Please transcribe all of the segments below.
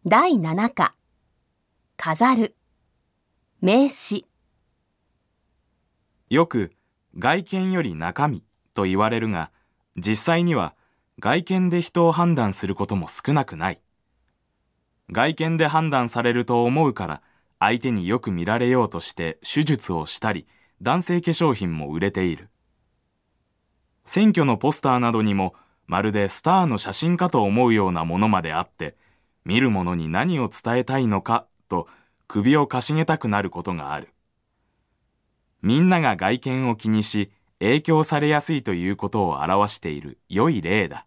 第7課、飾る、名詞。 よく外見より中身と言われるが、実際には外見で人を判断することも少なくない。外見で判断されると思うから相手によく見られようとして手術をしたり、男性化粧品も売れている。選挙のポスターなどにもまるでスターの写真かと思うようなものまであって、見る者に何を伝えたいのかと首をかしげたくなることがある。みんなが外見を気にし影響されやすいということを表している良い例だ。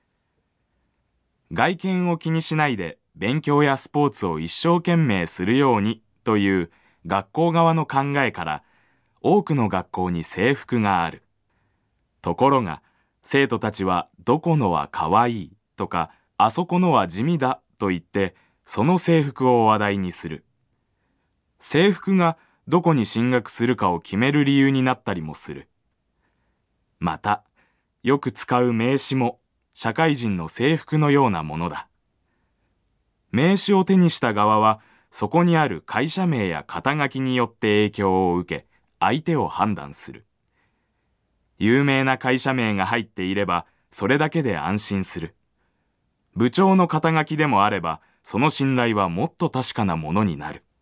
外見を気にしないで勉強やスポーツを一生懸命するようにという学校側の考えから多くの学校に制服がある。ところが生徒たちはどこのはかわいいとかあそこのは地味だと言ってその制服を話題にする。制服がどこに進学するかを決める理由になったりもする。また、よく使う名詞も社会人の制服のようなものだ。名詞を手にした側はそこにある会社名や肩書きによって影響を受け、相手を判断する。有名な会社名が入っていればそれだけで安心する。部長の肩書きでもあればその信頼はもっと確かなものになる。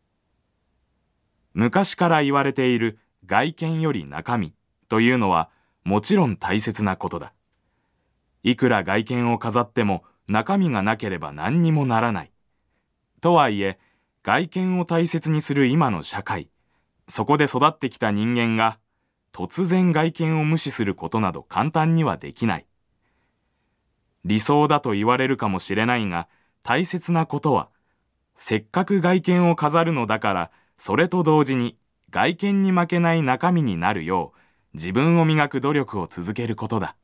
昔から言われている外見より中身というのはもちろん大切なことだ。いくら外見を飾っても中身がなければ何にもならない。とはいえ、外見を大切にする今の社会、そこで育ってきた人間が突然外見を無視することなど簡単にはできない。理想だと言われるかもしれないが、大切なことは、せっかく外見を飾るのだから、それと同時に外見に負けない中身になるよう、自分を磨く努力を続けることだ。